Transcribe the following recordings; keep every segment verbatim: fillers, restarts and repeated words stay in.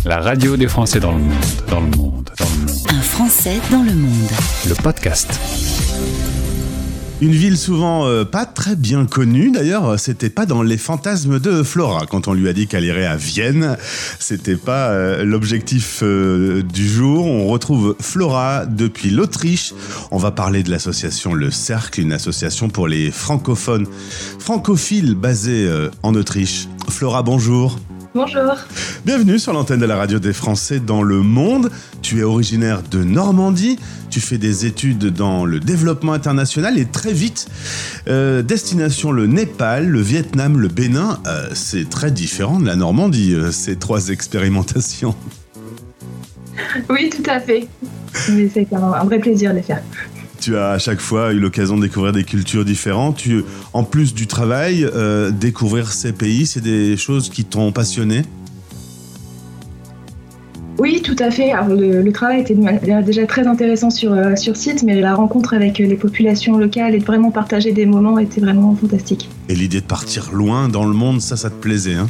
La radio des Français dans le monde, dans le monde, dans le monde. Un Français dans le monde. Le podcast. Une ville souvent euh, pas très bien connue, d'ailleurs, c'était pas dans les fantasmes de Flora quand on lui a dit qu'elle irait à Vienne. C'était pas euh, l'objectif euh, du jour. On retrouve Flora depuis l'Autriche. On va parler de l'association Le Cercle, une association pour les francophones, francophiles basée euh, en Autriche. Flora, bonjour. Bonjour. Bienvenue sur l'antenne de la radio des Français dans le monde. Tu es originaire de Normandie, tu fais des études dans le développement international et très vite, euh, destination le Népal, le Vietnam, le Bénin. Euh, c'est très différent de la Normandie, euh, ces trois expérimentations. Oui, tout à fait. Mais c'est un, un vrai plaisir de les faire. Tu as à chaque fois eu l'occasion de découvrir des cultures différentes. Tu, en plus du travail, euh, découvrir ces pays, c'est des choses qui t'ont passionné ? Oui, tout à fait. Alors, le, le travail était déjà très intéressant sur, euh, sur site, mais la rencontre avec les populations locales et de vraiment partager des moments était vraiment fantastique. Et l'idée de partir loin dans le monde, ça, ça te plaisait, hein ?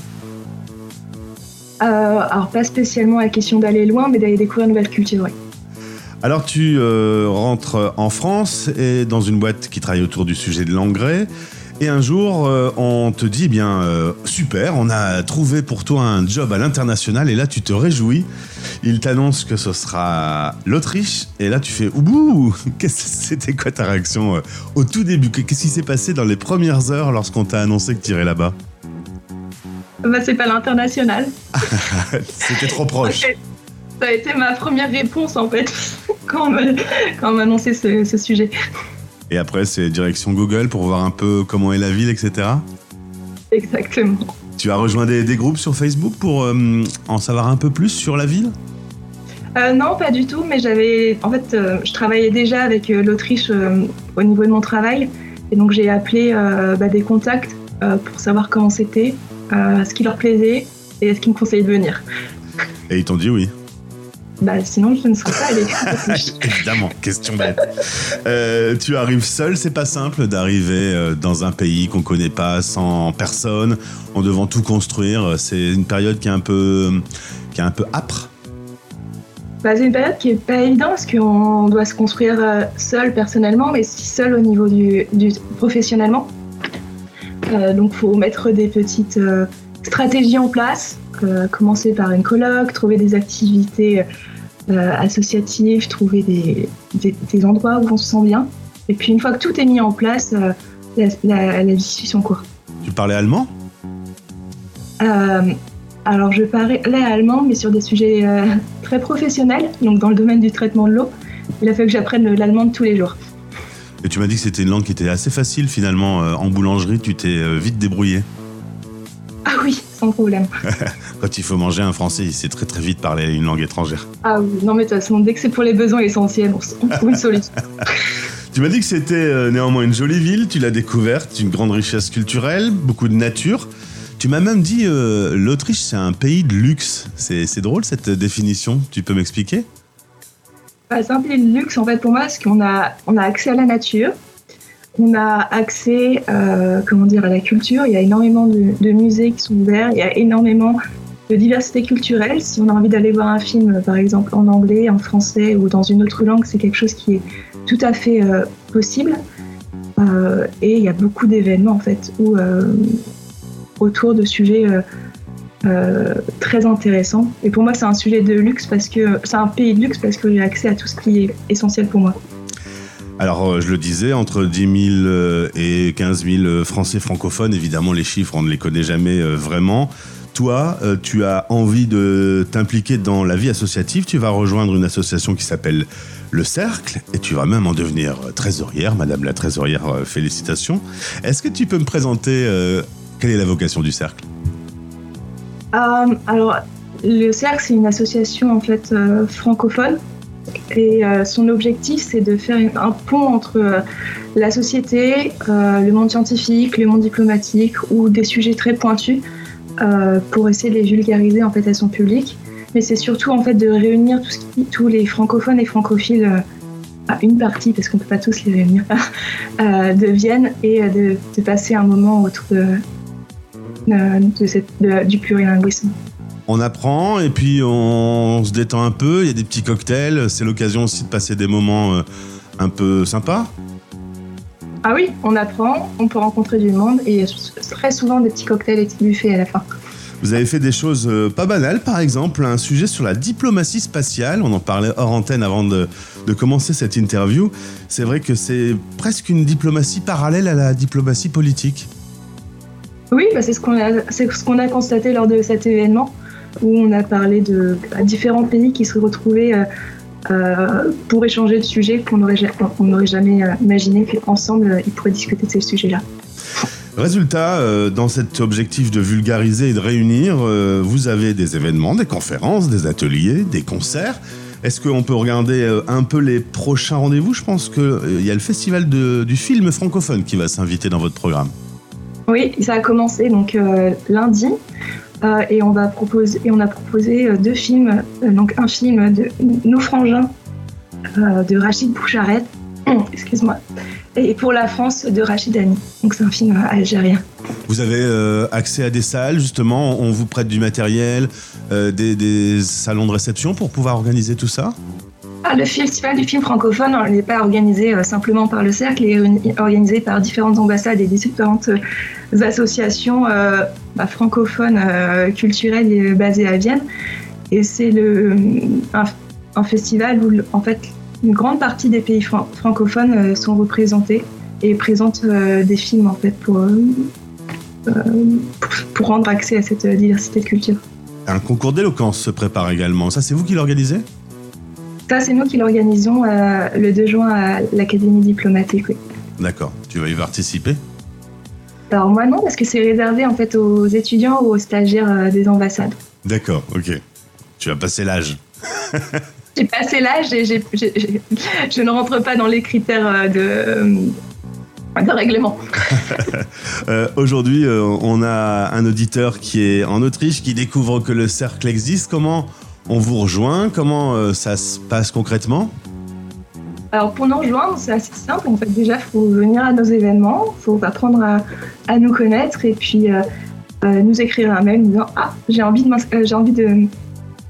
euh, Alors, pas spécialement la question d'aller loin, mais d'aller découvrir une nouvelle culture, oui. Alors tu euh, rentres en France et dans une boîte qui travaille autour du sujet de l'engrais. Et un jour, euh, on te dit, eh bien, euh, super, on a trouvé pour toi un job à l'international. Et là, tu te réjouis. Il t'annonce que ce sera l'Autriche. Et là, tu fais, ouh, c'était quoi ta réaction euh, au tout début ? Qu'est-ce qui s'est passé dans les premières heures lorsqu'on t'a annoncé que tu irais là-bas ? Bah, c'est pas l'international. C'était trop proche. Okay. Ça a été ma première réponse, en fait, quand on m'a, quand on m'a annoncé ce, ce sujet. Et après, c'est direction Google pour voir un peu comment est la ville, et cetera. Exactement. Tu as rejoint des, des groupes sur Facebook pour euh, en savoir un peu plus sur la ville ? euh, Non, pas du tout, mais j'avais... En fait, euh, je travaillais déjà avec euh, l'Autriche euh, au niveau de mon travail. Et donc, j'ai appelé euh, bah, des contacts euh, pour savoir comment c'était, euh, ce qui leur plaisait et est-ce qu'ils me conseillaient de venir. Et ils t'ont dit oui ? Bah, sinon, je ne serais pas allée. Évidemment, question bête. Euh, tu arrives seul, c'est pas simple d'arriver euh, dans un pays qu'on connaît pas, sans personne, en devant tout construire. C'est une période qui est un peu, qui est un peu âpre. Bah, c'est une période qui est pas évidente parce qu'on doit se construire euh, seul personnellement, mais aussi seul au niveau du, du professionnellement. Euh, donc, faut mettre des petites euh, stratégies en place. Euh, commencer par une colloque, trouver des activités euh, associatives, trouver des, des, des endroits où on se sent bien. Et puis une fois que tout est mis en place, euh, la, la, la discussion court. Tu parlais allemand ? euh, Alors je parlais allemand, mais sur des sujets euh, très professionnels, donc dans le domaine du traitement de l'eau. Il a fallu que j'apprenne l'allemand tous les jours. Et tu m'as dit que c'était une langue qui était assez facile finalement. En boulangerie, tu t'es vite débrouillé. Ah oui, sans problème. Quand il faut manger un français, il sait très très vite parler une langue étrangère. Ah oui, non mais de toute façon, dès que c'est pour les besoins essentiels, on trouve une solution. Tu m'as dit que c'était euh, néanmoins une jolie ville, tu l'as découverte, une grande richesse culturelle, beaucoup de nature. Tu m'as même dit euh, l'Autriche, c'est un pays de luxe. C'est, c'est drôle cette définition, tu peux m'expliquer ? Bah, c'est un pays de luxe en fait pour moi, parce qu'on a, on a accès à la nature. On a accès euh, comment dire, à la culture, il y a énormément de, de musées qui sont ouverts, il y a énormément de diversité culturelle. Si on a envie d'aller voir un film, par exemple, en anglais, en français ou dans une autre langue, c'est quelque chose qui est tout à fait euh, possible. Euh, et il y a beaucoup d'événements, en fait, où, euh, autour de sujets euh, euh, très intéressants. Et pour moi, c'est un sujet de luxe, parce que c'est un pays de luxe parce que j'ai accès à tout ce qui est essentiel pour moi. Alors, je le disais, entre dix mille et quinze mille Français francophones, évidemment, les chiffres, on ne les connaît jamais vraiment. Toi, tu as envie de t'impliquer dans la vie associative. Tu vas rejoindre une association qui s'appelle Le Cercle et tu vas même en devenir trésorière. Madame la trésorière, félicitations. Est-ce que tu peux me présenter euh, quelle est la vocation du Cercle ? euh, Alors, Le Cercle, c'est une association en fait euh, francophone. Et euh, son objectif, c'est de faire un pont entre euh, la société, euh, le monde scientifique, le monde diplomatique ou des sujets très pointus euh, pour essayer de les vulgariser en fait, à son public. Mais c'est surtout en fait, de réunir tout ce qui, tous les francophones et francophiles euh, à une partie, parce qu'on ne peut pas tous les réunir, euh, de Vienne et euh, de, de passer un moment autour de, de, de cette, de, du plurilinguisme. On apprend et puis on, on se détend un peu, il y a des petits cocktails, c'est l'occasion aussi de passer des moments euh, un peu sympas. Ah oui, on apprend, on peut rencontrer du monde et il y a très souvent des petits cocktails et petits buffets à la fin. Vous avez fait des choses euh, pas banales, par exemple un sujet sur la diplomatie spatiale, on en parlait hors antenne avant de, de commencer cette interview. C'est vrai que c'est presque une diplomatie parallèle à la diplomatie politique. Oui, bah c'est, ce qu'on a, c'est ce qu'on a constaté lors de cet événement où on a parlé de bah, différents pays qui se retrouvaient euh, euh, pour échanger de sujets qu'on n'aurait, on n'aurait jamais euh, imaginé qu'ensemble euh, ils pourraient discuter de ces sujets-là. Résultat, euh, dans cet objectif de vulgariser et de réunir, euh, vous avez des événements, des conférences, des ateliers, des concerts. Est-ce qu'on peut regarder euh, un peu les prochains rendez-vous ? Je pense qu'il euh, y a le festival de, du film francophone qui va s'inviter dans votre programme. Oui, ça a commencé donc euh, lundi euh, et on va proposer et on a proposé euh, deux films, euh, donc un film de Nos Frangins euh, de Rachid Boucharette, excuse-moi, et Pour la France de Rachid Dani. Donc c'est un film euh, algérien. Vous avez euh, accès à des salles justement, on vous prête du matériel, euh, des, des salons de réception pour pouvoir organiser tout ça ? Ah, le festival du film francophone, il n'est pas organisé euh, simplement par le Cercle, il est organisé par différentes ambassades et différentes euh, associations euh, bah, francophones euh, culturelles et, basées à Vienne. Et c'est le, un, un festival où en fait, une grande partie des pays fran- francophones euh, sont représentés et présentent euh, des films en fait, pour, euh, pour, pour rendre accès à cette diversité de culture. Un concours d'éloquence se prépare également. Ça, c'est vous qui l'organisez ? Ça, c'est nous qui l'organisons euh, le deux juin à l'Académie diplomatique. Oui. D'accord. Tu vas y participer ? Alors moi non, parce que c'est réservé en fait aux étudiants ou aux stagiaires euh, des ambassades. D'accord, ok. Tu vas passer l'âge. J'ai passé l'âge et j'ai, j'ai, j'ai, je ne rentre pas dans les critères de, euh, de règlement. euh, aujourd'hui, euh, on a un auditeur qui est en Autriche, qui découvre que le cercle existe. Comment on vous rejoint ? Comment euh, ça se passe concrètement ? Alors pour nous rejoindre, c'est assez simple. En fait, déjà, il faut venir à nos événements, il faut apprendre à, à nous connaître et puis euh, euh, nous écrire un mail nous disant « Ah, j'ai envie de... Euh, j'ai envie de Minvol ».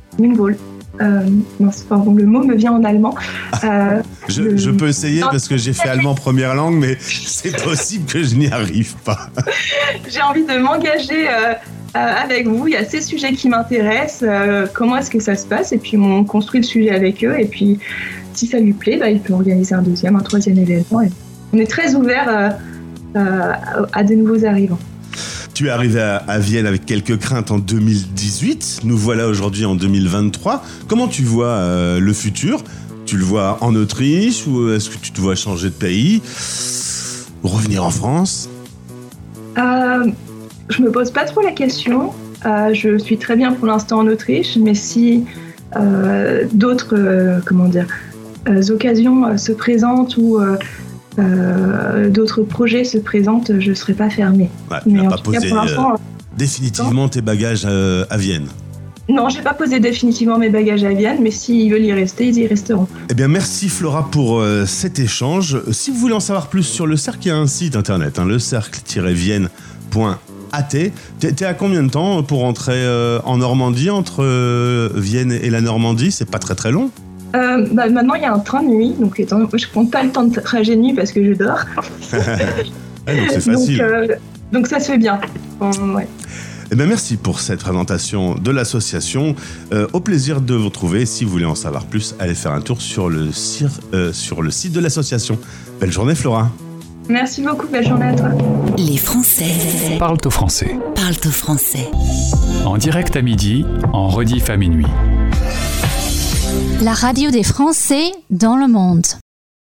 Euh, non, pardon, le mot me vient en allemand. Euh, je, le... je peux essayer non, parce que j'ai fait allemand première langue, mais c'est possible que je n'y arrive pas. J'ai envie de m'engager euh, euh, avec vous. Il y a ces sujets qui m'intéressent. Euh, comment est-ce que ça se passe ? Et puis on construit le sujet avec eux. Et puis si ça lui plaît, bah, il peut organiser un deuxième, un troisième événement. Et on est très ouvert euh, euh, à de nouveaux arrivants. Tu es arrivé à, à Vienne avec quelques craintes en deux mille dix-huit. Nous voilà aujourd'hui en deux mille vingt-trois. Comment tu vois euh, le futur ? Tu le vois en Autriche ou est-ce que tu te vois changer de pays ? Revenir en France ? euh, Je me pose pas trop la question. Euh, je suis très bien pour l'instant en Autriche, mais si euh, d'autres euh, comment dire, euh, occasions euh, se présentent ou euh, Euh, d'autres projets se présentent, je ne serai pas fermée. Ouais, tu n'as pas posé cas, euh, définitivement tes bagages euh, à Vienne. Non, je n'ai pas posé définitivement mes bagages à Vienne, mais s'ils veulent y rester, ils y resteront. Eh bien, merci Flora pour euh, cet échange. Si vous voulez en savoir plus sur le cercle, il y a un site internet, hein, le cercle tiret vienne point a t. T'es, t'es à combien de temps pour rentrer euh, en Normandie, entre euh, Vienne et la Normandie ? C'est pas très très long ? Euh, bah, maintenant, il y a un train de nuit, donc étant, je ne compte pas le temps de trajet de nuit parce que je dors. ah, donc c'est facile. Donc, euh, donc ça se fait bien. Bon, ouais. Eh bien, merci pour cette présentation de l'association. Euh, au plaisir de vous retrouver. Si vous voulez en savoir plus, allez faire un tour sur le, cir, euh, sur le site de l'association. Belle journée, Flora. Merci beaucoup, belle journée à toi. Les Français parlent au français. Parlent au français. En direct à midi, en rediff à minuit. La radio des Français dans le monde.